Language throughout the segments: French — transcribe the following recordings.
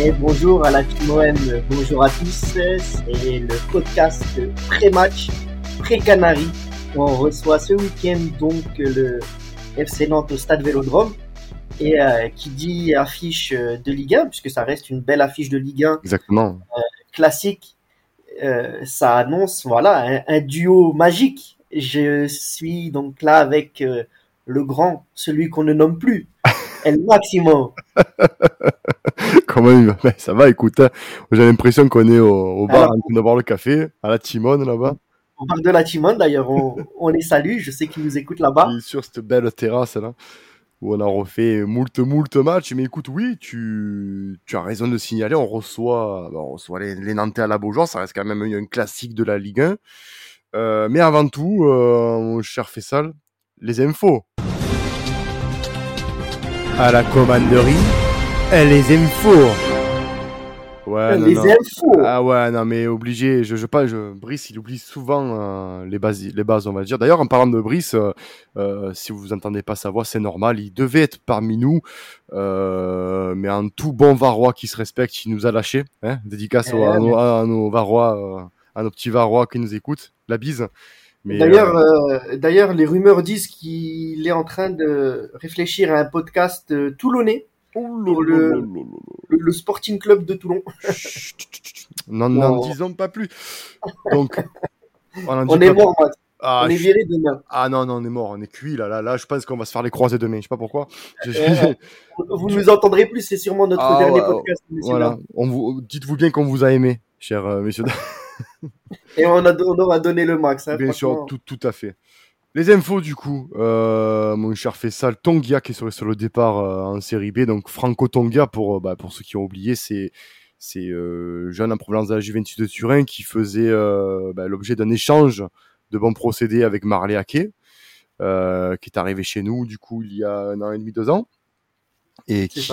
Et bonjour à la Team OM, bonjour à tous. C'est le podcast pré-match, pré-Canaries. On reçoit ce week-end donc le FC Nantes au Stade Vélodrome. Et qui dit affiche de Ligue 1, puisque ça reste une belle affiche de Ligue 1 Exactement. Classique, ça annonce voilà un duo magique. Je suis donc là avec le grand, celui qu'on ne nomme plus, El Maximo. Comment il va? Ben, ça va, écoute, hein. J'ai l'impression qu'on est au bar Alors, en train de boire le café, à la Timone là-bas. on parle de la Timone d'ailleurs, on les salue, je sais qu'ils nous écoutent là-bas. Qui est sur cette belle terrasse là, où on a refait moult matchs. Mais écoute, oui, tu as raison de signaler, on reçoit les Nantais à la Beaujoire, ça reste quand même un classique de la Ligue 1. Mais avant tout, mon cher Fessal, les infos. À la commanderie, les infos. Ouais, Les infos. Ah ouais, non, mais obligé. Brice, il oublie souvent les bases, on va dire. D'ailleurs, en parlant de Brice, si vous entendez pas sa voix, c'est normal. Il devait être parmi nous, mais un tout bon Varois qui se respecte, il nous a lâchés. Hein, dédicace à nos Varois, à nos petits Varois qui nous écoutent. La bise. Mais D'ailleurs, les rumeurs disent qu'il est en train de réfléchir à un podcast toulonnais pour le Sporting Club de Toulon. n'en disons pas plus. Donc, on est mort, Max. On est viré demain. Ah non, on est mort, on est cuit là. Je pense qu'on va se faire les croisés demain. Je sais pas pourquoi. Vous nous entendrez plus, c'est sûrement notre dernier podcast. Voilà. Dites-vous bien qu'on vous a aimé, chers messieurs. Et on aura donné le max. Hein, bien sûr, tout à fait. Les infos du coup, mon cher Fessal, Tongia qui serait sur le départ en série B. Donc Franco Tongia, pour ceux qui ont oublié, c'est jeune en provenance de la Juventus de Turin qui faisait l'objet d'un échange de bons procédés avec Marley Ake, qui est arrivé chez nous du coup il y a 1 an et demi, 2 ans, et qui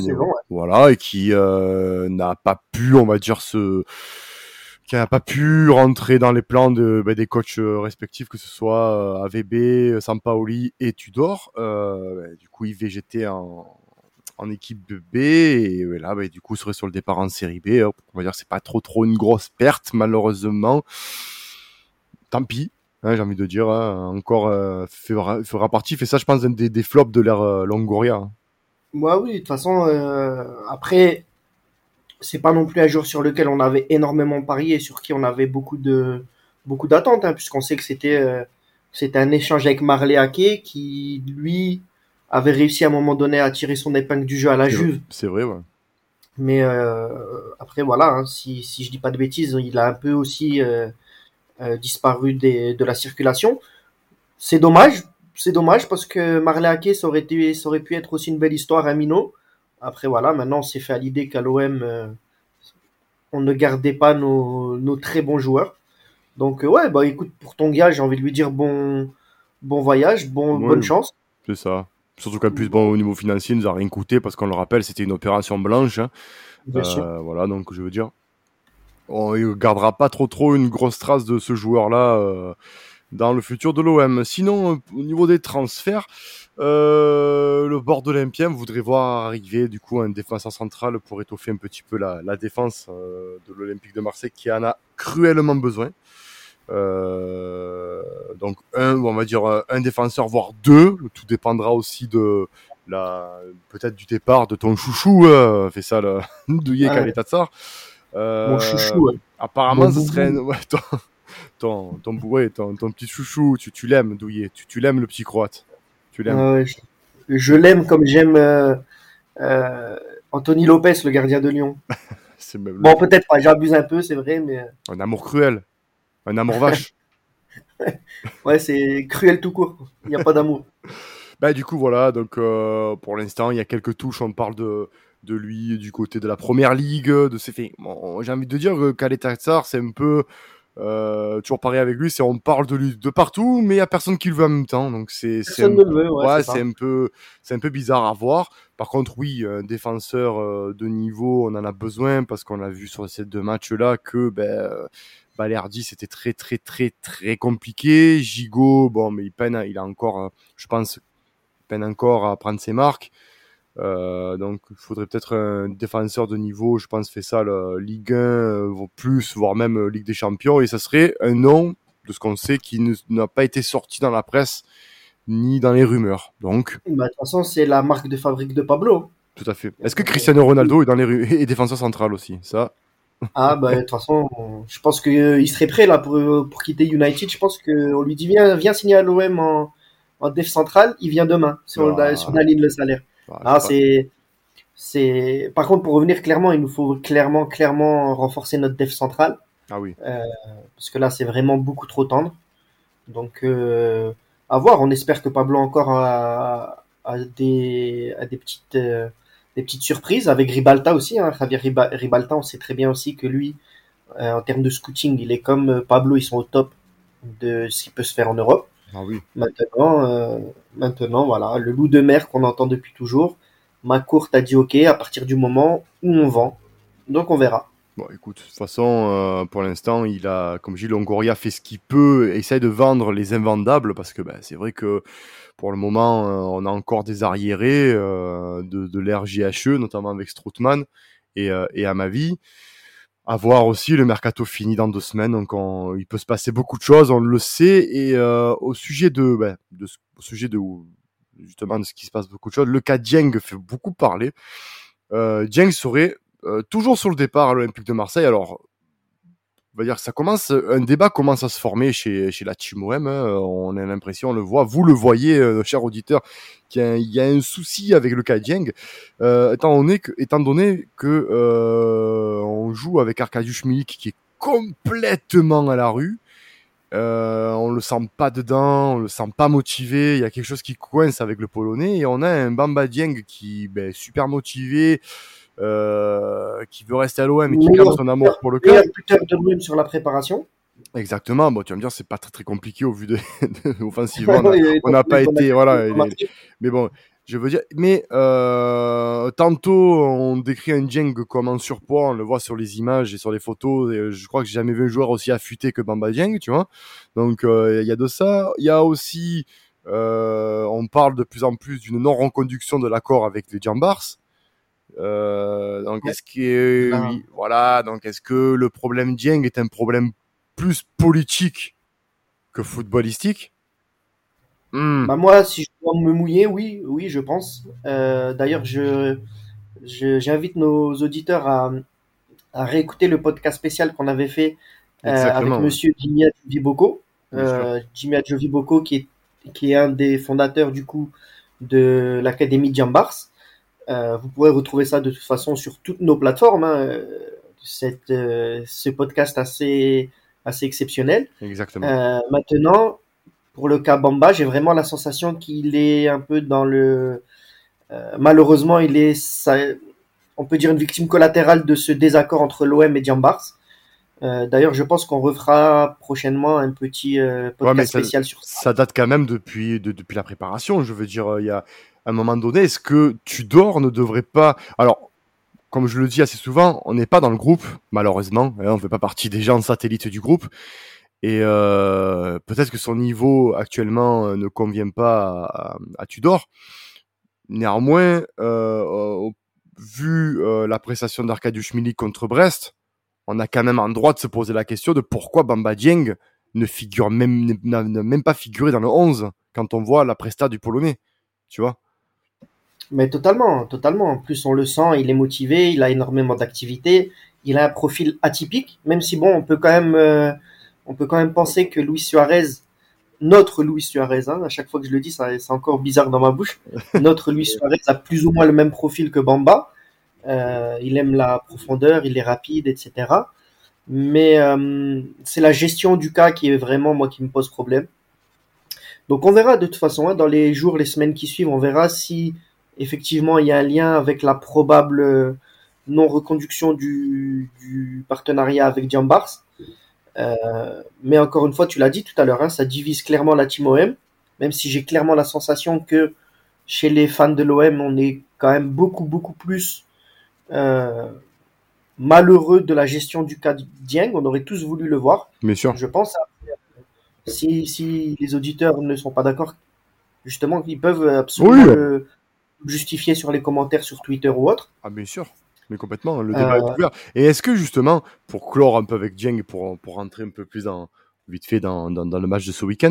n'a pas pu, on va dire, qui n'a pas pu rentrer dans les plans des coachs respectifs, que ce soit AVB, Sampaoli et Tudor. Du coup, il végétait en équipe de B, et là, du coup, serait sur le départ en série B. On va dire que c'est pas trop une grosse perte, malheureusement. Tant pis, hein, j'ai envie de dire. Hein, encore fera partie. Fait ça, je pense, des flops de l'ère Longoria. Hein. Moi, oui, de toute façon, après, c'est pas non plus un joueur sur lequel on avait énormément parié, sur qui on avait beaucoup d'attentes, hein, puisqu'on sait que c'était un échange avec Marley Ake qui, lui, avait réussi à un moment donné à tirer son épingle du jeu à la Juve. C'est vrai, ouais. Mais après, voilà, hein, si je dis pas de bêtises, il a un peu aussi disparu de la circulation. C'est dommage parce que Marley Ake, ça aurait pu être aussi une belle histoire à Mino. Après, voilà, maintenant on s'est fait à l'idée qu'à l'OM, on ne gardait pas nos très bons joueurs. Donc, ouais, écoute, pour Tonga, j'ai envie de lui dire bon voyage, bonne chance. C'est ça. Surtout qu'en plus, au niveau financier, il nous a rien coûté parce qu'on le rappelle, c'était une opération blanche. Hein. Bien sûr. Voilà, donc je veux dire, on ne gardera pas trop une grosse trace de ce joueur-là dans le futur de l'OM. Sinon, au niveau des transferts, le bord olympien voudrait voir arriver du coup un défenseur central pour étoffer un petit peu la défense de l'Olympique de Marseille, qui en a cruellement besoin. Donc on va dire un défenseur, voire 2. Tout dépendra aussi de peut-être du départ de ton chouchou, fait ça le Douillet Kaletatsar. Mon chouchou. Apparemment, ce serait ton petit chouchou. Tu l'aimes, Douillet. Tu l'aimes, le petit croate. Tu l'aimes. Je l'aime comme j'aime Anthony Lopez, le gardien de Lyon. Peut-être pas, j'abuse un peu, c'est vrai, mais un amour cruel. Un amour vache. Ouais, c'est cruel tout court. Il n'y a pas d'amour. Du coup, voilà. Donc, pour l'instant, il y a quelques touches. On parle de lui du côté de la première ligue, de ses faits. Bon, j'ai envie de dire que Kaletatsar, c'est un peu toujours pareil avec lui. On parle de lui de partout, mais il y a personne qui le veut en même temps. Donc personne ne le veut. Ouais, c'est un peu bizarre à voir. Par contre, oui, un défenseur de niveau, on en a besoin parce qu'on a vu sur ces 2 matchs-là que Balerdi, c'était très compliqué. Gigot, mais il peine, il a encore, je pense, peine encore à prendre ses marques. Donc il faudrait peut-être un défenseur de niveau, je pense, fait ça, Ligue 1, plus, voire même Ligue des Champions, et ça serait un nom, de ce qu'on sait, qui n'a pas été sorti dans la presse, ni dans les rumeurs. Donc, Bah, de toute façon, c'est la marque de fabrique de Pablo. tout à fait. Est-ce que Cristiano Ronaldo est dans les est défenseur central aussi? Ça, Ah, bah, de toute façon, je pense qu'il serait prêt là pour quitter United. Je pense qu'on lui dit viens signer à l'OM en def central. Il vient demain si on bah, aligne le salaire. je sais Ah, pas. par contre, pour revenir clairement, il nous faut clairement renforcer notre def central. Ah oui. Euh, Parce que là, c'est vraiment beaucoup trop tendre. Donc, à voir. On espère que Pablo encore a des petites surprises avec Ribalta aussi. Hein. Javier Ribalta, on sait très bien aussi que lui, en termes de scouting, il est comme Pablo, ils sont au top de ce qui peut se faire en Europe. Ah oui. Maintenant, voilà, le loup de mer qu'on entend depuis toujours. McCourt a dit OK à partir du moment où on vend. Donc, on verra. Bon, écoute, de toute façon, pour l'instant, il a, comme Gilles Longoria, fait ce qu'il peut, essaye de vendre les invendables, parce que c'est vrai que pour le moment, on a encore des arriérés de l'ère JHE, notamment avec Strootman et Amavi. À voir aussi, le mercato finit dans 2 semaines, donc il peut se passer beaucoup de choses, on le sait. Et au sujet au sujet de justement de ce qui se passe, beaucoup de choses, le cas Dieng fait beaucoup parler. Dieng serait toujours sur le départ à l'Olympique de Marseille. Alors, on va dire que un débat commence à se former chez la Team OM. Hein. On a l'impression, on le voit, vous le voyez, cher auditeur, qu'il y a un souci avec le cas Dieng, étant donné que on joue avec Arkadiusz Milik qui est complètement à la rue. On le sent pas dedans, on le sent pas motivé. Il y a quelque chose qui coince avec le Polonais, et on a un Bamba Dieng qui est super motivé, qui veut rester à l'OM et qui clame son amour pour le Meilleur club. buteur de l'OM sur la préparation. Exactement. Bon, tu vas me dire, c'est pas très très compliqué au vu offensivement, on n'a pas Donc, on a été, voilà. marqué. Mais bon, je veux dire, mais tantôt on décrit un Dieng comme en surpoids, on le voit sur les images et sur les photos. Et je crois que j'ai jamais vu un joueur aussi affûté que Bamba Dieng, tu vois. Donc il y a de ça. Il y a aussi, on parle de plus en plus d'une non-reconduction de l'accord avec les Jambars. Donc Ouais. est-ce que Là. oui, voilà. Donc est-ce que le problème Dieng est un problème plus politique que footballistique? Bah moi, si je dois me mouiller, oui, oui, je pense. D'ailleurs, j'invite nos auditeurs à réécouter le podcast spécial qu'on avait fait avec Exactement, ouais. Monsieur Jimmy Adjoviboko. Bien sûr. Jimmy Adjoviboko qui est un des fondateurs du coup de l'Académie Jambars. Vous pourrez retrouver ça de toute façon sur toutes nos plateformes. Hein, ce podcast assez exceptionnel. Exactement. Maintenant, pour le cas Bamba, j'ai vraiment la sensation qu'il est un peu dans le. Malheureusement, on peut dire une victime collatérale de ce désaccord entre l'OM et Jambars. D'ailleurs, je pense qu'on refera prochainement un petit Ouais, mais podcast spécial sur ça. ça date quand même depuis la préparation. Je veux dire, il y a un moment donné, est-ce que Tudor ne devrait pas. Alors, comme je le dis assez souvent, on n'est pas dans le groupe, malheureusement. Hein, on ne fait pas partie des gens satellites du groupe. Et peut-être que son niveau actuellement ne convient pas à Tudor. Néanmoins, vu la prestation d'Arkadiusz Milik contre Brest, on a quand même en droit de se poser la question de pourquoi Bamba Dieng n'a même pas figuré dans le 11 quand on voit la presta du Polonais, tu vois. Mais totalement, totalement. En plus, on le sent, il est motivé, il a énormément d'activités, il a un profil atypique, même si bon, on peut quand même penser que Luis Suarez, notre Luis Suarez, hein, à chaque fois que je le dis, c'est encore bizarre dans ma bouche, notre Luis Suarez a plus ou moins le même profil que Bamba. Il aime la profondeur, il est rapide, etc. Mais c'est la gestion du cas qui est vraiment moi qui me pose problème. Donc on verra de toute façon, hein, dans les jours, les semaines qui suivent, on verra si effectivement il y a un lien avec la probable non-reconduction du partenariat avec Jambars. Mais encore une fois, tu l'as dit tout à l'heure, hein, ça divise clairement la team OM, même si j'ai clairement la sensation que chez les fans de l'OM, on est quand même beaucoup, beaucoup plus euh, malheureux de la gestion du cas Dieng. On aurait tous voulu le voir, Bien sûr. je pense. Si les auditeurs ne sont pas d'accord, justement, ils peuvent Oui, absolument justifier sur les commentaires sur Twitter ou autre. Ah, bien sûr. Mais complètement, le débat est ouvert. Et est-ce que justement, pour clore un peu avec Dieng, pour rentrer un peu plus vite fait dans le match de ce week-end,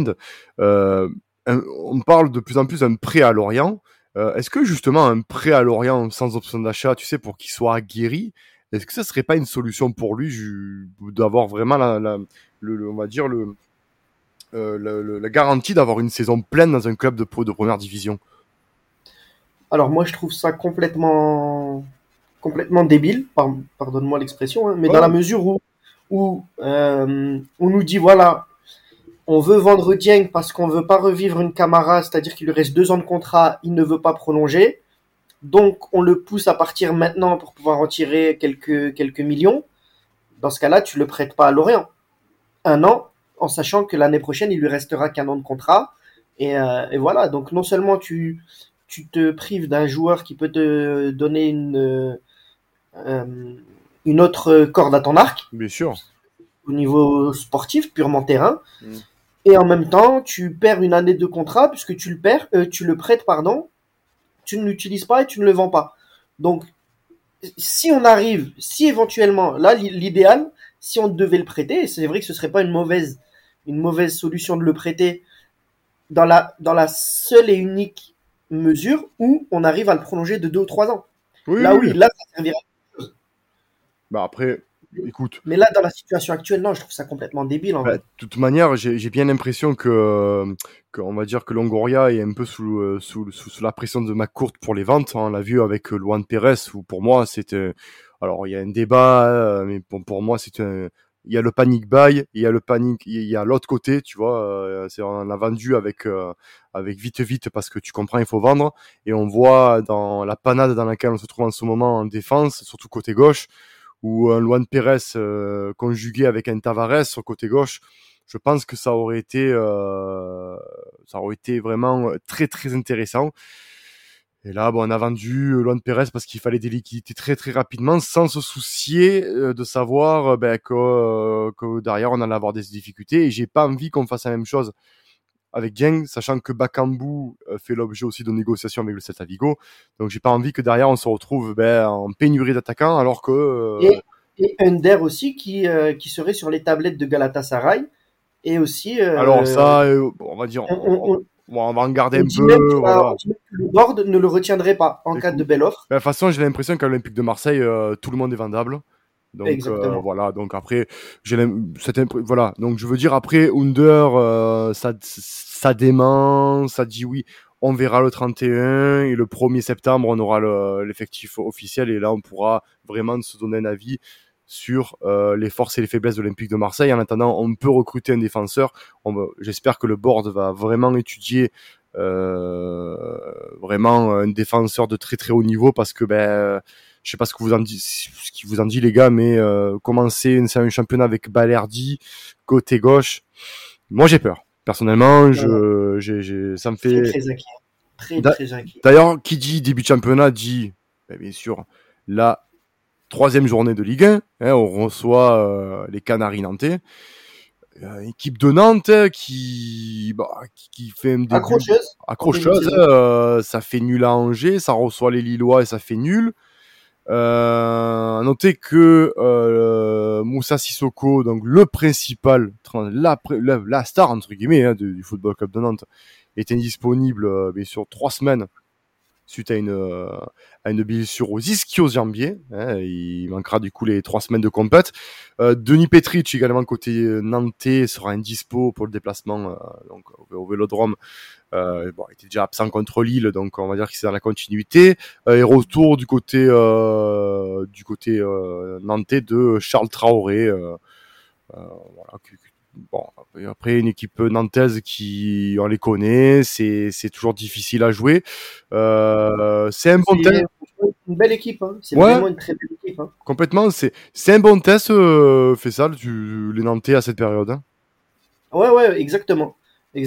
on parle de plus en plus d'un prêt à Lorient. Est-ce que justement un prêt à Lorient sans option d'achat, tu sais, pour qu'il soit aguerri, est-ce que ça serait pas une solution pour lui d'avoir vraiment on va dire la garantie d'avoir une saison pleine dans un club de première division? Alors moi, je trouve ça complètement débile, pardonne-moi l'expression, hein, mais dans la mesure où on nous dit, voilà, on veut vendre Dieng parce qu'on veut pas revivre une Camara, c'est-à-dire qu'il lui reste 2 ans de contrat, il ne veut pas prolonger. Donc, on le pousse à partir maintenant pour pouvoir en tirer quelques millions. Dans ce cas-là, tu le prêtes pas à Lorient. 1 an, en sachant que l'année prochaine, il lui restera qu'1 an de contrat. Et voilà. Donc, non seulement tu te prives d'un joueur qui peut te donner une autre corde à ton arc. Bien sûr. Au niveau sportif, purement terrain. Et en même temps, tu perds une année de contrat puisque tu le prêtes, pardon. Tu ne l'utilises pas et tu ne le vends pas. Donc, si éventuellement, là, l'idéal, si on devait le prêter, et c'est vrai que ce serait pas une mauvaise solution de le prêter dans la seule et unique mesure où on arrive à le prolonger de 2 ou 3 ans. Oui, là, oui, là, ça servira. Bah après, écoute. Mais là, dans la situation actuelle, non, je trouve ça complètement débile. De toute manière, j'ai bien l'impression que on va dire que Longoria est un peu sous la pression de McCourt pour les ventes. On l'a vu avec Luan Pérez, où pour moi c'était. Alors il y a un débat, mais pour moi il y a le panic buy, il y a l'autre côté, tu vois. On l'a vendu avec vite parce que tu comprends, il faut vendre. Et on voit dans la panade dans laquelle on se trouve en ce moment en défense, surtout côté gauche, ou un Luan Pérez conjugué avec un Tavares sur côté gauche, je pense que ça aurait été vraiment très très intéressant. Et là, bon, on a vendu Luan Pérez parce qu'il fallait des liquidités très très rapidement, sans se soucier de savoir que derrière on allait avoir des difficultés. Et j'ai pas envie qu'on fasse la même chose avec Dieng, sachant que Bakambu fait l'objet aussi de négociations avec le Celta Vigo. Donc j'ai pas envie que derrière on se retrouve en pénurie d'attaquants, alors que... Et Under aussi, qui serait sur les tablettes de Galatasaray. Et aussi... alors ça, on va dire... on va en garder un peu. Voilà. On dit même que le board ne le retiendrait pas en cas de belle offre. De toute façon, j'ai l'impression qu'à l'Olympique de Marseille, tout le monde est vendable. Donc voilà, donc après voilà, donc je veux dire après Under ça dément, ça dit oui, on verra le 31 et le 1er septembre on aura l'effectif officiel et là on pourra vraiment se donner un avis sur les forces et les faiblesses de l'Olympique de Marseille. En attendant, on peut recruter un défenseur. J'espère que le board va vraiment étudier vraiment un défenseur de très très haut niveau parce que je sais pas ce qui vous en dit les gars, mais commencer un championnat avec Balerdi côté gauche, moi j'ai peur. Personnellement, ça me fait très inquiet. Très inquiet. D'ailleurs, qui dit début de championnat dit bien sûr la 3e journée de Ligue 1, hein, on reçoit les Canaries nantais. Équipe de Nantes qui fait un début accrocheuse, ça fait nul à Angers, ça reçoit les Lillois et ça fait nul. Notez que Moussa Sissoko, donc le principal, la star entre guillemets du Football Club de Nantes, est indisponible bien sûr 3 semaines suite à une blessure aux ischio-jambiers. Il manquera du coup les 3 semaines de compète. Denis Petric également côté nantais sera indispo pour le déplacement donc au Vélodrome. Il était déjà absent contre Lille, donc on va dire que c'est dans la continuité. Et retour du côté nantais de Charles Traoré. Voilà. Bon, après une équipe nantaise qui on les connaît, c'est toujours difficile à jouer. C'est un bon test. Une belle équipe, hein. C'est vraiment une très belle équipe. Hein. Complètement, c'est un bon test, Faisal, les Nantais à cette période. Hein. Ouais, exactement.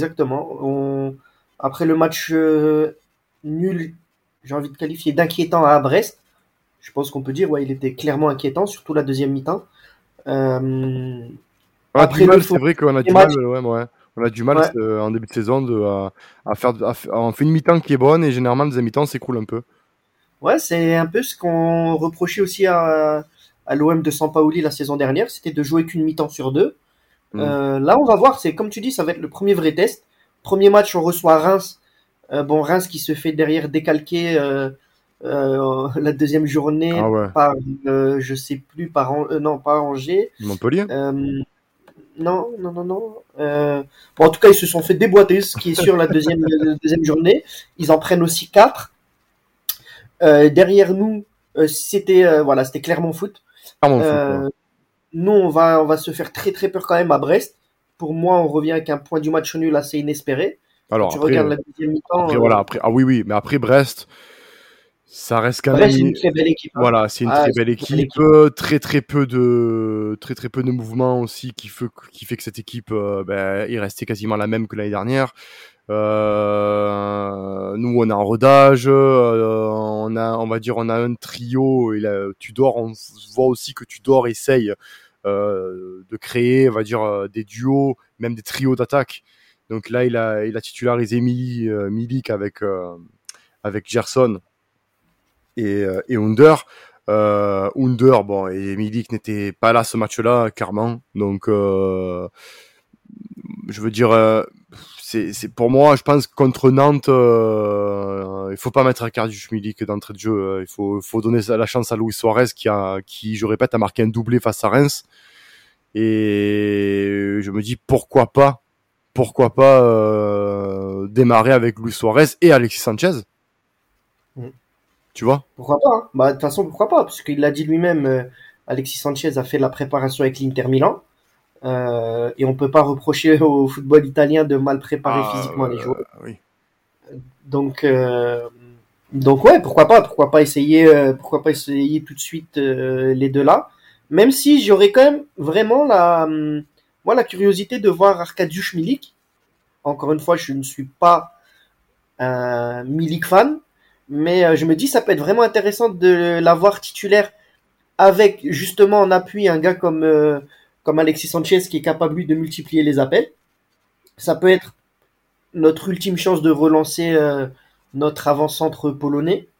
Après le match nul, j'ai envie de qualifier d'inquiétant à Brest, je pense qu'on peut dire, il était clairement inquiétant, surtout la deuxième mi-temps. Après c'est vrai qu'on a du mal, on On a du mal Ouais. en début de saison on fait une mi-temps qui est bonne et généralement les mi-temps s'écroulent un peu. Ouais, c'est un peu ce qu'on reprochait aussi à l'OM de Sampaoli la saison dernière, c'était de jouer qu'une mi-temps sur deux. Mm. Là, on va voir, c'est comme tu dis, ça va être le premier vrai test. Premier match, on reçoit Reims. Bon, Reims qui se fait derrière décalquer la deuxième Ah journée ouais, par, je sais plus, non, pas Angers. Montpellier. Euh, non, non, non, non. Bon, en tout cas, ils se sont fait déboîter, ce qui est sûr, deuxième journée. Ils en prennent aussi 4. Derrière nous, c'était Clermont Foot. Ah mon foot. Ouais. Euh, Nous, on va se faire très très peur quand même à Brest. Pour moi, on revient avec un point du match nul assez inespéré. Quand Alors tu regardes après, la deuxième mi-temps, après voilà, après ah oui oui, mais après Brest, ça reste quand même Brest, c'est une très belle équipe. Hein. voilà, c'est une Ah, très c'est belle une très belle équipe, équipe. très peu de mouvements aussi qui fait que cette équipe est restée quasiment la même que l'année dernière. Nous on est en rodage, on a un trio et là, Tudor, on voit aussi que Tudor essaye de créer, on va dire des duos, même des trios d'attaque. Donc là il a titularisé Milik avec Gerson et Under. Under, bon, et Milik n'était pas là ce match-là, clairement. Donc, je veux dire, c'est pour moi, je pense que contre Nantes, il faut pas mettre Arkadiusz Milik d'entrée de jeu. Il faut donner la chance à Luis Suarez qui, je répète, a marqué un doublé face à Reims. Et je me dis pourquoi pas démarrer avec Luis Suarez et Alexis Sanchez, Mm. tu vois? Pourquoi pas hein. Bah, de toute façon, pourquoi pas parce qu'il l'a dit lui-même, Alexis Sanchez a fait la préparation avec l'Inter Milan. Et on peut pas reprocher au football italien de mal préparer Ah physiquement les joueurs. oui. Donc, euh, donc ouais, pourquoi pas essayer tout de suite les deux là. Même si j'aurais quand même vraiment moi la curiosité de voir Arkadiusz Milik. Encore une fois, je ne suis pas un Milik fan, mais je me dis ça peut être vraiment intéressant de l'avoir titulaire avec justement en appui un gars comme Alexis Sanchez qui est capable lui de multiplier les appels. Ça peut être notre ultime chance de relancer notre avant-centre polonais.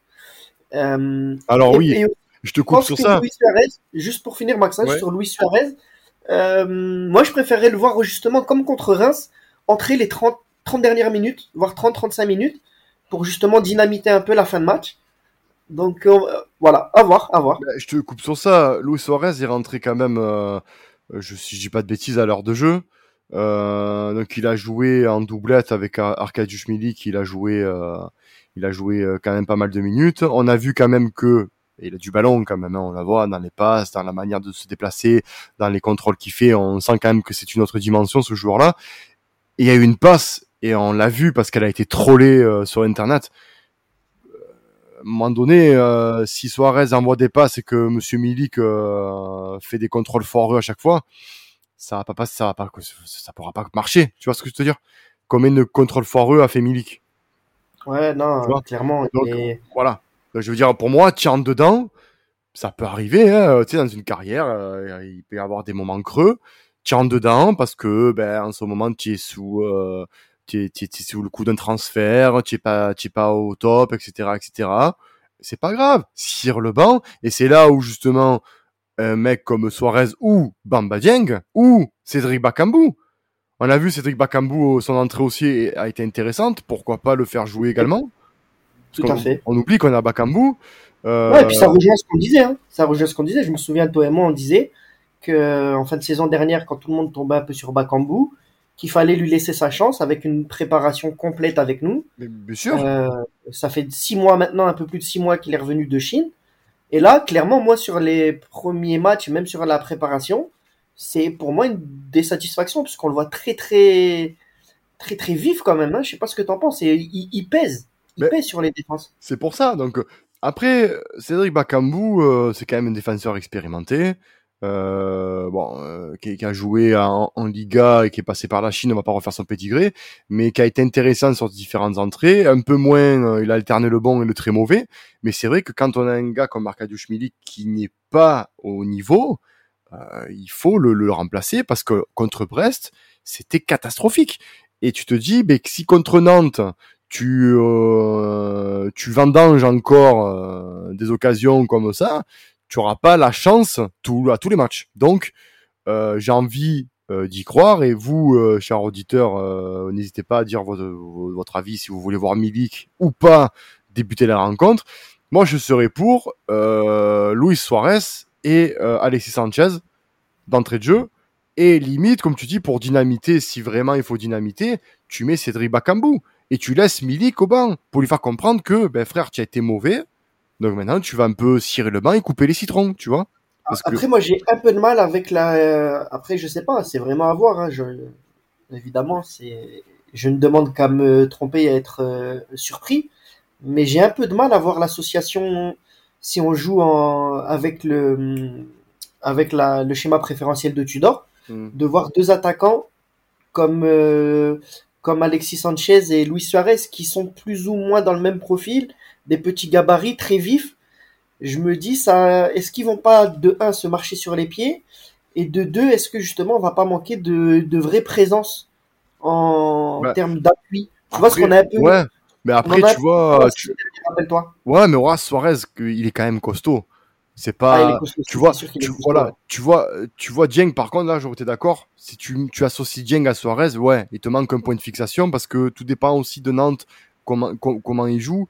Alors Et, oui, et je je te coupe pense sur que ça. Luis Suarez, juste pour finir Maxence, Ouais. sur Luis Suarez, moi je préférerais le voir justement comme contre Reims, entrer les 30 dernières minutes, voire 30-35 minutes, pour justement dynamiter un peu la fin de match. Donc voilà, à voir, à voir. Ben, je te coupe sur ça. Luis Suarez est rentré quand même, si je dis pas de bêtises, à l'heure de jeu. Donc il a joué en doublette avec Arkadiusz Milik. Il a joué quand même pas mal de minutes. On a vu quand même que il a du ballon quand même. Hein, on la voit dans les passes, dans la manière de se déplacer, dans les contrôles qu'il fait. On sent quand même que c'est une autre dimension ce joueur-là. Et il y a eu une passe et on l'a vu parce qu'elle a été trollée sur Internet. À un moment donné, si Suarez envoie des passes et que Monsieur Milik fait des contrôles foireux à chaque fois, ça va pas passer, ça pourra pas marcher. Tu vois ce que je veux te dire? Combien de contrôles foireux a fait Milik? Ouais, Tu non, vois? clairement. Donc voilà. Donc, je veux dire, pour moi, tu rentres dedans, ça peut arriver. Hein, tu sais, dans une carrière, il peut y avoir des moments creux. Tu rentres dedans parce que, ben, en ce moment, tu es sous le coup d'un transfert, tu es pas au top, etc., etc. C'est pas grave. Cire le banc. Et c'est là où, justement, un mec comme Suarez ou Bamba Dieng ou Cédric Bakambu. On a vu Cédric Bakambu, son entrée aussi a été intéressante. Pourquoi pas le faire jouer également? Parce Tout à qu'on fait. on oublie qu'on a Bakambu. Ouais, et puis ça Euh, rejoint ce qu'on disait. Hein. Ça rejoint ce qu'on disait. Je me souviens, toi et moi, on disait que en fin de saison dernière, quand tout le monde tombait un peu sur Bakambu, qu'il fallait lui laisser sa chance avec une préparation complète avec nous. mais bien sûr. Euh, Ça fait 6 mois maintenant, un peu plus de 6 mois qu'il est revenu de Chine. Et là, clairement, moi, sur les premiers matchs, même sur la préparation, c'est pour moi une désatisfaction, puisqu'on le voit très, très, très, très vif quand même. Hein. Je sais pas ce que t'en penses. Et il pèse. Il Mais pèse sur les défenses. c'est pour ça. Donc après, Cédric Bakambu, c'est quand même un défenseur expérimenté. Qui a joué en Liga et qui est passé par la Chine, on va pas refaire son pédigré, mais qui a été intéressant sur différentes entrées, un peu moins, il a alterné le bon et le très mauvais, mais c'est vrai que quand on a un gars comme Arkadiusz Milik qui n'est pas au niveau, il faut le remplacer parce que contre Brest, c'était catastrophique. Et tu te dis, ben, si contre Nantes, tu vendanges encore des occasions comme ça, tu auras pas la chance à tous les matchs. Donc, j'ai envie d'y croire. Et vous, chers auditeurs, n'hésitez pas à dire votre avis si vous voulez voir Milik ou pas débuter la rencontre. Moi, je serais pour Luis Suarez et Alexis Sanchez d'entrée de jeu. Et limite, comme tu dis, pour dynamiter, si vraiment il faut dynamiter, tu mets Cédric Bakambu et tu laisses Milik au banc pour lui faire comprendre que, ben frère, tu as été mauvais. Donc maintenant, tu vas un peu cirer le banc et couper les citrons, tu vois. Parce que... Après, moi, j'ai un peu de mal avec Après, je sais pas, c'est vraiment à voir. Hein. Évidemment, je ne demande qu'à me tromper et à être surpris. Mais j'ai un peu de mal à voir l'association si on joue avec le schéma préférentiel de Tudor, de voir deux attaquants comme, comme Alexis Sanchez et Luis Suarez qui sont plus ou moins dans le même profil, des petits gabarits très vifs. Je me dis, est-ce qu'ils vont pas de un se marcher sur les pieds et de deux, est-ce que justement on va pas manquer de vraie présence en bah, termes d'appui? Tu vois ce après, qu'on a un peu. ouais. Mais après, tu vois, Rappelle-toi. ouais, mais Horace Suarez, il est quand même costaud. C'est Ah, il est pas, costaud, tu c'est vois, sûr qu'il est costaud. voilà, Ouais. tu vois Dieng, par contre, là, j'aurais été d'accord. Si tu associes Dieng à Suarez, ouais, il te manque un point de fixation parce que tout dépend aussi de Nantes, comment il joue.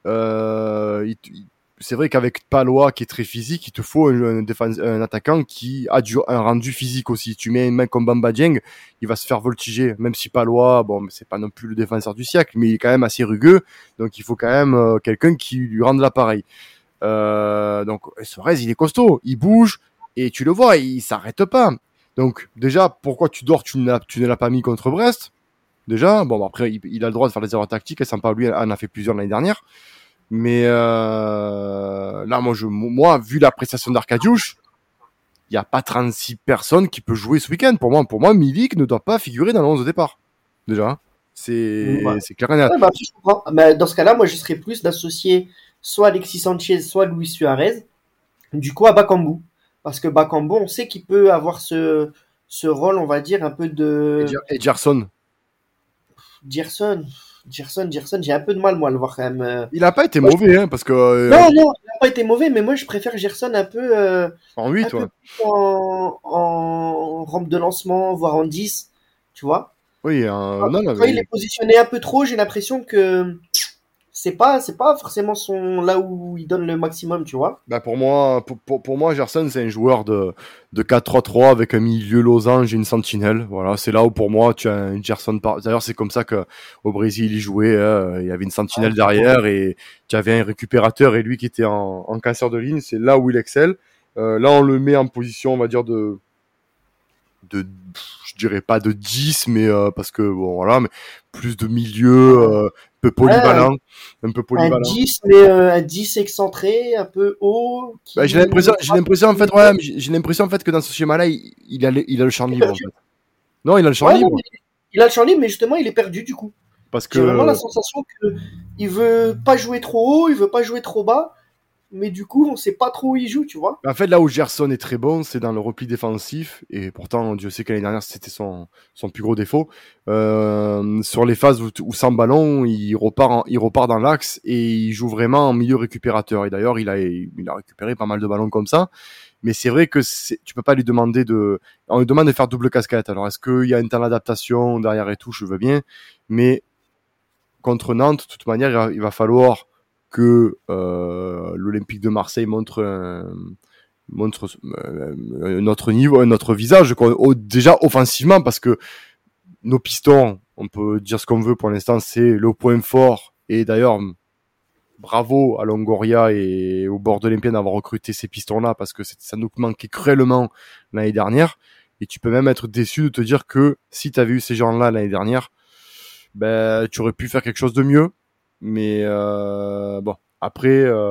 C'est vrai qu'avec Palois, qui est très physique, il te faut un attaquant qui a un rendu physique aussi. Tu mets un mec comme Bamba Dieng, il va se faire voltiger, même si Palois, bon, c'est pas non plus le défenseur du siècle, mais il est quand même assez rugueux, donc il faut quand même quelqu'un qui lui rende l'appareil. Donc Suarez, il est costaud, il bouge et tu le vois, il s'arrête pas. Donc déjà, pourquoi tu ne l'as pas mis contre Brest? Déjà, bon après il a le droit de faire des erreurs tactiques, et Sampaoli en a fait plusieurs l'année dernière. Mais là, moi, vu la prestation d'Arcadiouche, il n'y a pas 36 personnes qui peuvent jouer ce week-end. Pour moi, Milik ne doit pas figurer dans le 11 de départ. Déjà, Ouais. c'est clair et net. Ouais, bah, je comprends. Mais dans ce cas-là, moi, je serais plus d'associer soit Alexis Sanchez, soit Luis Suarez, du coup, à Bakambu. Parce que Bakambu, on sait qu'il peut avoir ce rôle, on va dire, un peu de Et Gerson, Gerson. Gerson, j'ai un peu de mal, moi, à le voir quand même. il n'a pas été Moi, mauvais, hein, parce que non, non, il n'a pas été mauvais, mais moi, je préfère Gerson en un 8, peu ouais. plus en rampe de lancement, voire en 10, tu vois. Oui, non, non, Quand il est positionné un peu trop, j'ai l'impression que c'est pas forcément là où il donne le maximum, tu vois. bah pour moi, Gerson, c'est un joueur de 4-3-3 avec un milieu losange et une sentinelle. Voilà, c'est là où pour moi, tu as un Gerson. D'ailleurs, c'est comme ça que au Brésil, il jouait. Il y avait une Ouais, sentinelle derrière et tu avais un récupérateur et lui qui était en casseur de ligne. C'est là où il excelle. Là, on le met en position, on va dire, je dirais pas de 10, mais parce que, bon, voilà, mais plus de milieu, ouais, un peu un polyvalent. 10, mais un 10 excentré, un peu haut, Bah, qui j'ai l'impression en fait, ouais, mais j'ai l'impression en fait que dans ce schéma-là, il a le champ est libre en perdu. fait. Non, il a le champ Ouais, non, libre mais il a le champ libre, mais justement, il est perdu du coup. parce J'ai vraiment la que sensation que il veut pas jouer trop haut, il veut pas jouer trop bas, mais du coup, on sait pas trop où il joue, tu vois. en fait là où Gerson est très bon, c'est dans le repli défensif et pourtant Dieu sait que l'année dernière c'était son plus gros défaut. Sur les phases où sans ballon, il repart dans l'axe et il joue vraiment en milieu récupérateur. Et d'ailleurs, il a récupéré pas mal de ballons comme ça. Mais c'est vrai que tu peux pas lui demander on lui demande de faire double casquette. Alors est-ce qu'il y a un temps d'adaptation derrière et tout, je veux bien, mais contre Nantes, de toute manière, il va falloir que l'Olympique de Marseille montre notre niveau, notre visage, déjà offensivement, parce que nos pistons, on peut dire ce qu'on veut pour l'instant, c'est le point fort. Et d'ailleurs, bravo à Longoria et au bord de l'Olympien d'avoir recruté ces pistons-là, parce que ça nous manquait cruellement l'année dernière. Et tu peux même être déçu de te dire que si tu avais eu ces gens-là l'année dernière, ben tu aurais pu faire quelque chose de mieux. Mais bon, après,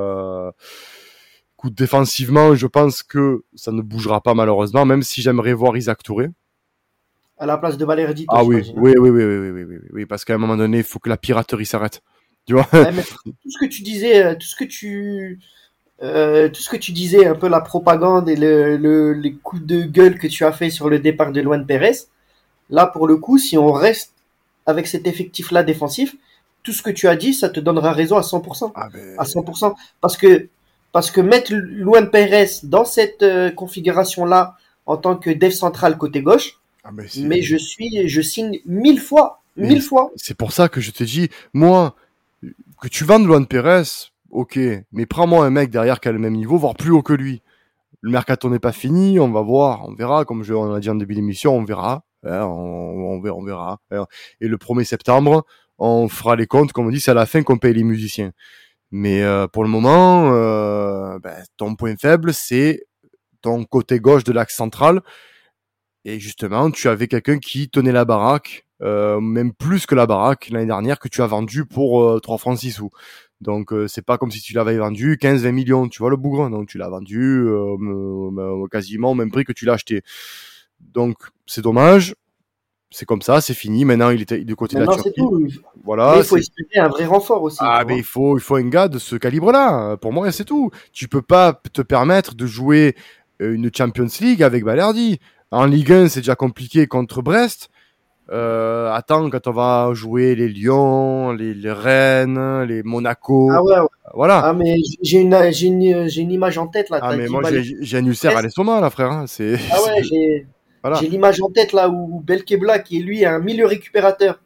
coup défensivement, je pense que ça ne bougera pas malheureusement, même si j'aimerais voir Isaac Touré. À la place de Valerdito, Ah oui, j'imagine. oui, parce qu'à un moment donné, il faut que la piraterie s'arrête. Tu vois? Ouais, mais tout ce que tu disais, tout ce que tu tout ce que tu disais, un peu la propagande et les coups de gueule que tu as fait sur le départ de Luan Pérez, là, pour le coup, si on reste avec cet effectif-là défensif, tout ce que tu as dit, ça te donnera raison à 100%. Ah À ben, 100%. Parce que mettre Luan Pérez dans cette configuration-là en tant que dev central côté gauche, ah ben mais c'est, je signe 1000 fois, mais 1000 fois. c'est pour ça que je te dis, moi, que tu vendes Luan Pérez, ok, mais prends-moi un mec derrière qui a le même niveau, voire plus haut que lui. Le mercato n'est pas fini, on va voir, on verra, comme on l'a dit en début d'émission, on verra. Hein, on verra. Et le 1er septembre, on fera les comptes, comme on dit, c'est à la fin qu'on paye les musiciens. Mais pour le moment, ton point faible, c'est ton côté gauche de l'axe central. Et justement, tu avais quelqu'un qui tenait la baraque, même plus que la baraque l'année dernière, que tu as vendu pour 3 francs 6 sous. Donc c'est pas comme si tu l'avais vendu 15-20 millions, tu vois le bougre. Donc tu l'as vendu quasiment au même prix que tu l'as acheté. Donc c'est dommage, c'est comme ça, c'est fini. Maintenant il est du côté de la Maintenant, c'est Turquie. tout. Mais Voilà, il faut c'est espérer un vrai renfort aussi, tu mais vois. il faut un gars de ce calibre-là. Pour moi, c'est tout. Tu peux pas te permettre de jouer une Champions League avec Balerdi. En Ligue 1, c'est déjà compliqué contre Brest. Attends, quand on va jouer les Lyon, les Rennes, les Monaco, Ah ouais, ouais. voilà. Ah, mais j'ai une image en tête, là. Ah T'as mais dit moi Balerdi. j'ai un ulcère à l'estomac là, frère. Hein. C'est, Ah ouais, voilà. j'ai l'image en tête, là, où Belkebla, qui est lui un milieu récupérateur,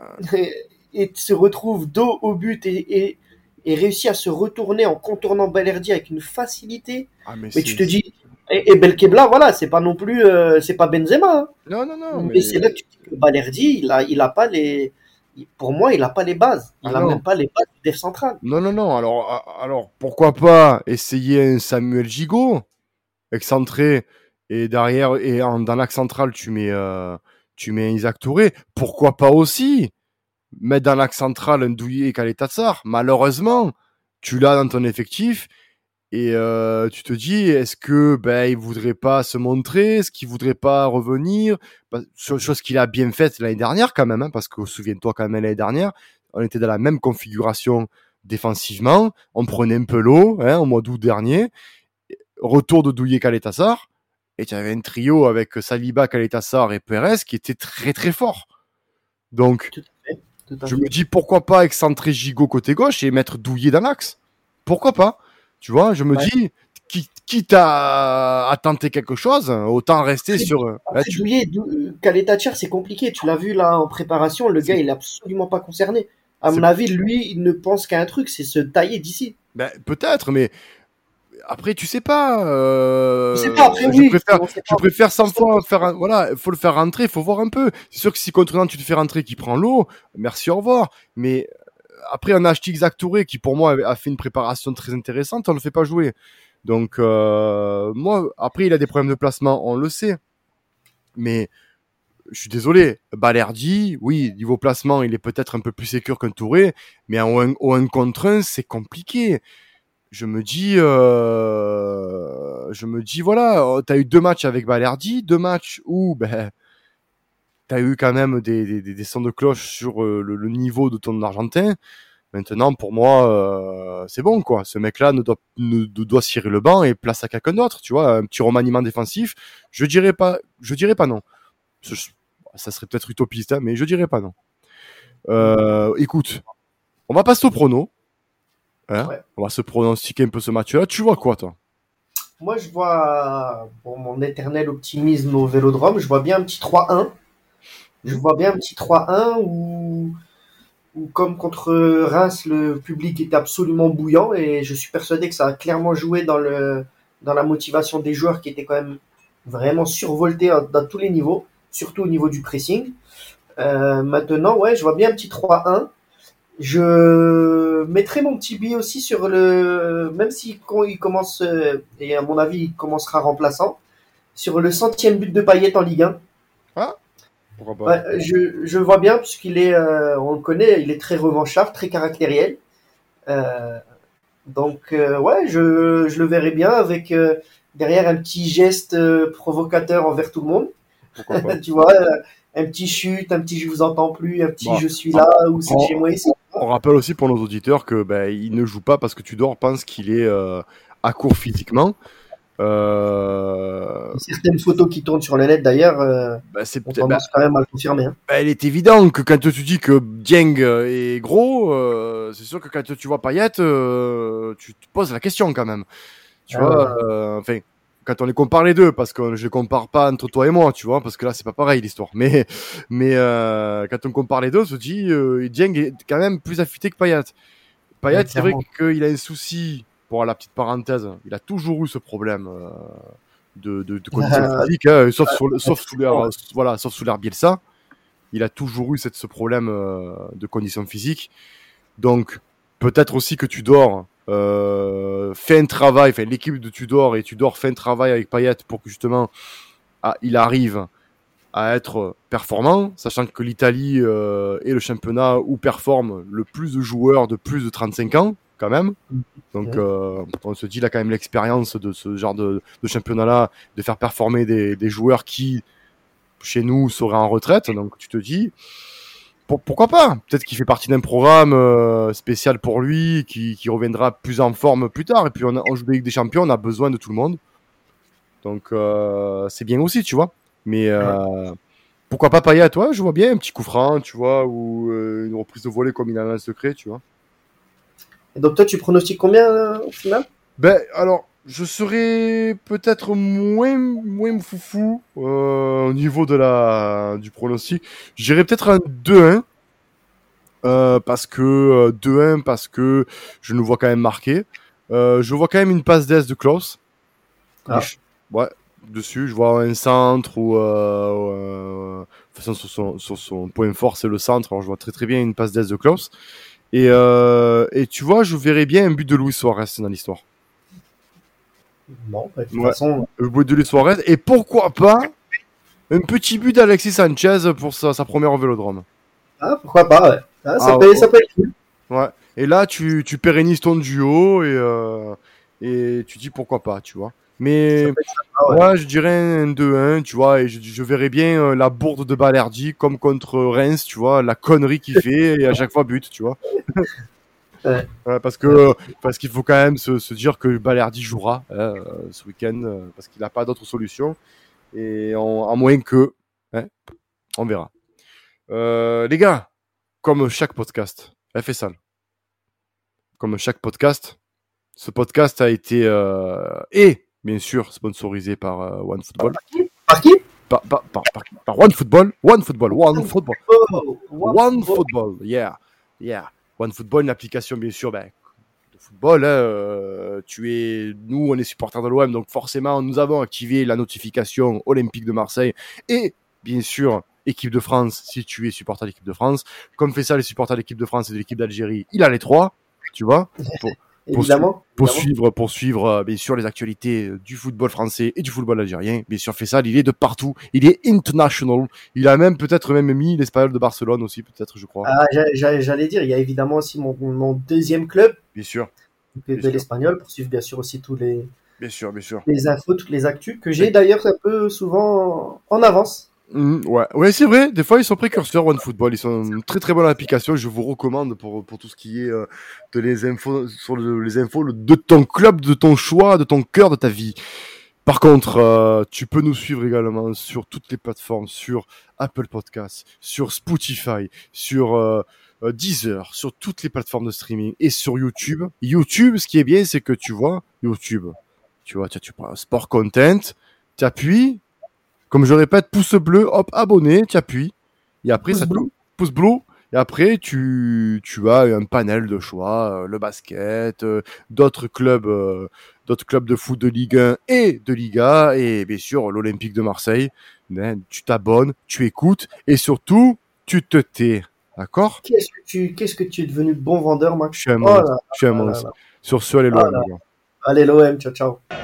et se retrouve dos au but et réussit à se retourner en contournant Balerdi avec une facilité. Ah mais Mais tu te dis, et Belkebla, voilà, c'est pas non plus, c'est pas Benzema, hein. non non non Mais c'est là que tu dis que Balerdi, il a pas pour moi, il a pas les bases. ah Il a non. même pas les bases du def central. Non non non. Alors pourquoi pas essayer un Samuel Gigot excentré et derrière dans l'axe central tu mets un Isaac Touré. Pourquoi pas aussi mettre dans l'axe central un Douillet et Caletassar. Malheureusement, tu l'as dans ton effectif et tu te dis est-ce que il voudrait pas se montrer, est-ce qu'il voudrait pas revenir, chose qu'il a bien faite l'année dernière quand même, hein, parce que souviens-toi quand même l'année dernière, on était dans la même configuration défensivement, on prenait un peu l'eau hein, au mois d'août dernier, retour de Douillet Caletassar et tu avais un trio avec Saliba, Caletassar et Perez qui était très très fort. Donc Tout à fait, tout à je me fait. dis pourquoi pas excentrer Gigot côté gauche et mettre Douillet dans l'axe. Pourquoi pas? Tu vois, je me Ouais. dis, quitte à tenter quelque chose, autant rester Après, sur. après Douillet, Caleta-Cher, c'est compliqué. Tu l'as vu là en préparation, le gars, C'est, il est absolument pas concerné. À c'est- mon avis, lui, il ne pense qu'à un truc, c'est se tailler d'ici. peut-être, mais après, tu sais pas. Je sais pas, après oui, on sait Je pas. préfère 100 Personne ne fois peut faire. savoir. Voilà, il faut le faire rentrer, il faut voir un peu. C'est sûr que si contre Nantes, tu te fais rentrer, qui prend l'eau, merci, au revoir. Mais après, on a acheté Isaac Touré, qui pour moi a fait une préparation très intéressante, on le fait pas jouer. Donc, moi, après, il a des problèmes de placement, on le sait. Mais je suis désolé, Balerdi, oui, niveau placement, il est peut-être un peu plus sécure qu'un Touré, mais au 1 contre 1, c'est compliqué. Je me dis, voilà, t'as eu 2 matchs avec Balerdi, 2 matchs où, t'as eu quand même des sons de cloche sur le niveau de ton Argentin. Maintenant, pour moi, c'est bon, quoi. Ce mec-là doit cirer le banc et place à quelqu'un d'autre, tu vois. Un petit remaniement défensif. Je dirais pas non. Ça serait peut-être utopiste, hein, mais je dirais pas non. Écoute, on va passer au prono. Hein, Ouais. on va se pronostiquer un peu ce match-là. Tu vois quoi, toi? Moi, je vois, pour mon éternel optimisme au Vélodrome, je vois bien un petit 3-1. Je Hmm. vois bien un petit 3-1 où, comme contre Reims, le public était absolument bouillant et je suis persuadé que ça a clairement joué dans la motivation des joueurs qui étaient quand même vraiment survoltés dans tous les niveaux, surtout au niveau du pressing. Maintenant, ouais, je vois bien un petit 3-1. Je mettrai mon petit billet aussi sur même si quand il commence, et à mon avis, il commencera remplaçant, sur le centième but de Payet en Ligue 1. Ah, pourquoi pas? Ouais, je vois bien, puisqu'il est, on le connaît, il est très revanchard, très caractériel. Euh, ouais, je le verrai bien avec derrière un petit geste provocateur envers tout le monde. Pourquoi pas? Tu vois, un petit chute, un petit je vous entends plus, un petit Bon, je suis là après, ou c'est chez moi ici. on rappelle aussi pour nos auditeurs que il ne joue pas parce que Tudor pense qu'il est à court physiquement. Certaines photos qui tournent sur le net d'ailleurs, C'est on peut-être, tendance quand même à le confirmer. Hein. il est évident que quand tu dis que Dieng est gros, c'est sûr que quand tu vois Payet, tu te poses la question quand même. Tu vois, enfin, quand on les compare les deux, parce que je les compare pas entre toi et moi, tu vois, parce que là c'est pas pareil l'histoire. Mais quand on compare les deux, on se dit Dieng est quand même plus affûté que Payet. Payet, c'est vrai qu'il a un souci. Pour la petite parenthèse, il a toujours eu ce problème de condition physique, hein, sauf sous l'ère Bielsa. Il a toujours eu ce problème de condition physique. Donc, peut-être aussi que Tudor fait un travail, enfin l'équipe de Tudor et Tudor fait un travail avec Payet pour que justement il arrive à être performant, sachant que l'Italie est le championnat où performent le plus de joueurs de plus de 35 ans, quand même. Donc, on se dit, il a quand même l'expérience de ce genre de championnat-là, de faire performer des joueurs qui, chez nous, seraient en retraite. Donc, tu te dis, pourquoi pas? Peut-être qu'il fait partie d'un programme spécial pour lui, qui reviendra plus en forme plus tard. Et puis, on joue Ligue des Champions, on a besoin de tout le monde. Donc, c'est bien aussi, tu vois. Mais pourquoi pas Payet, toi? Je vois bien un petit coup franc, tu vois, ou une reprise de volée comme il a un secret, tu vois. Et donc toi, tu pronostiques combien au final? Alors, je serais peut-être moins foufou au niveau du pronostic. J'irais peut-être un 2-1. Parce que 2-1, parce que je nous vois quand même marquer. Je vois quand même une passe d'Est de Klaus. Ouais, dessus, je vois un centre ou de toute façon, sur son point fort, c'est le centre. Alors, je vois très très bien une passe d'Est de Klaus. Et tu vois, je verrais bien un but de Luis Suarez dans l'histoire. Bon, de toute façon. Le but de Luis Suarez. Et pourquoi pas un petit but d'Alexis Sanchez pour sa première au Vélodrome. Ah, pourquoi pas, ouais. Ça peut être cool. Ouais. Et là, tu pérennises ton duo et tu dis pourquoi pas, tu vois. Mais moi, je dirais un 2-1, tu vois, et je verrais bien la bourde de Balerdi comme contre Reims, tu vois, la connerie qu'il fait et à chaque fois but, tu vois. Ouais. Parce qu'il faut quand même se dire que Balerdi jouera ce week-end parce qu'il n'a pas d'autre solution et à moins que, on verra. Les gars, comme chaque podcast, fait ça. Comme chaque podcast, ce podcast a été et bien sûr sponsorisé par OneFootball. Par qui? Par OneFootball. OneFootball. Yeah. OneFootball, une application bien sûr de football. Nous, on est supporters de l'OM, donc forcément, nous avons activé la notification Olympique de Marseille et bien sûr équipe de France si tu es supporter de l'équipe de France. Comme fait ça les supporters de l'équipe de France et de l'équipe d'Algérie, il a les trois, tu vois. Pour suivre bien sûr les actualités du football français et du football algérien. Bien sûr, Faisal, il est de partout. Il est international. Il a peut-être mis l'Espagnol de Barcelone aussi, peut-être, je crois. Ah, j'allais dire, il y a évidemment aussi mon deuxième club. Bien sûr. De l'Espagnol, pour suivre bien sûr aussi tous les. Bien sûr. Les infos, toutes les actus que j'ai d'ailleurs un peu souvent en avance. Ouais, c'est vrai. Des fois, ils sont précurseurs OneFootball. Ils sont une très très bonne application. Je vous recommande pour tout ce qui est de les infos les infos de ton club, de ton choix, de ton cœur, de ta vie. Par contre, tu peux nous suivre également sur toutes les plateformes, sur Apple Podcasts, sur Spotify, sur Deezer, sur toutes les plateformes de streaming et sur YouTube. YouTube, ce qui est bien, c'est que tu vois YouTube. Tu prends Sport Content, tu appuies. Comme je répète, pouce bleu, hop, abonné, tu appuies. Et après, pouce bleu. Et après, tu as un panel de choix, le basket, d'autres clubs de foot de Ligue 1 et de Liga, et bien sûr, l'Olympique de Marseille. Tu t'abonnes, tu écoutes, et surtout, tu te tais. D'accord? Qu'est-ce que tu es devenu bon vendeur, Max? Je suis un monstre. Sur ce, allez l'OM. Allez l'OM, ciao, ciao.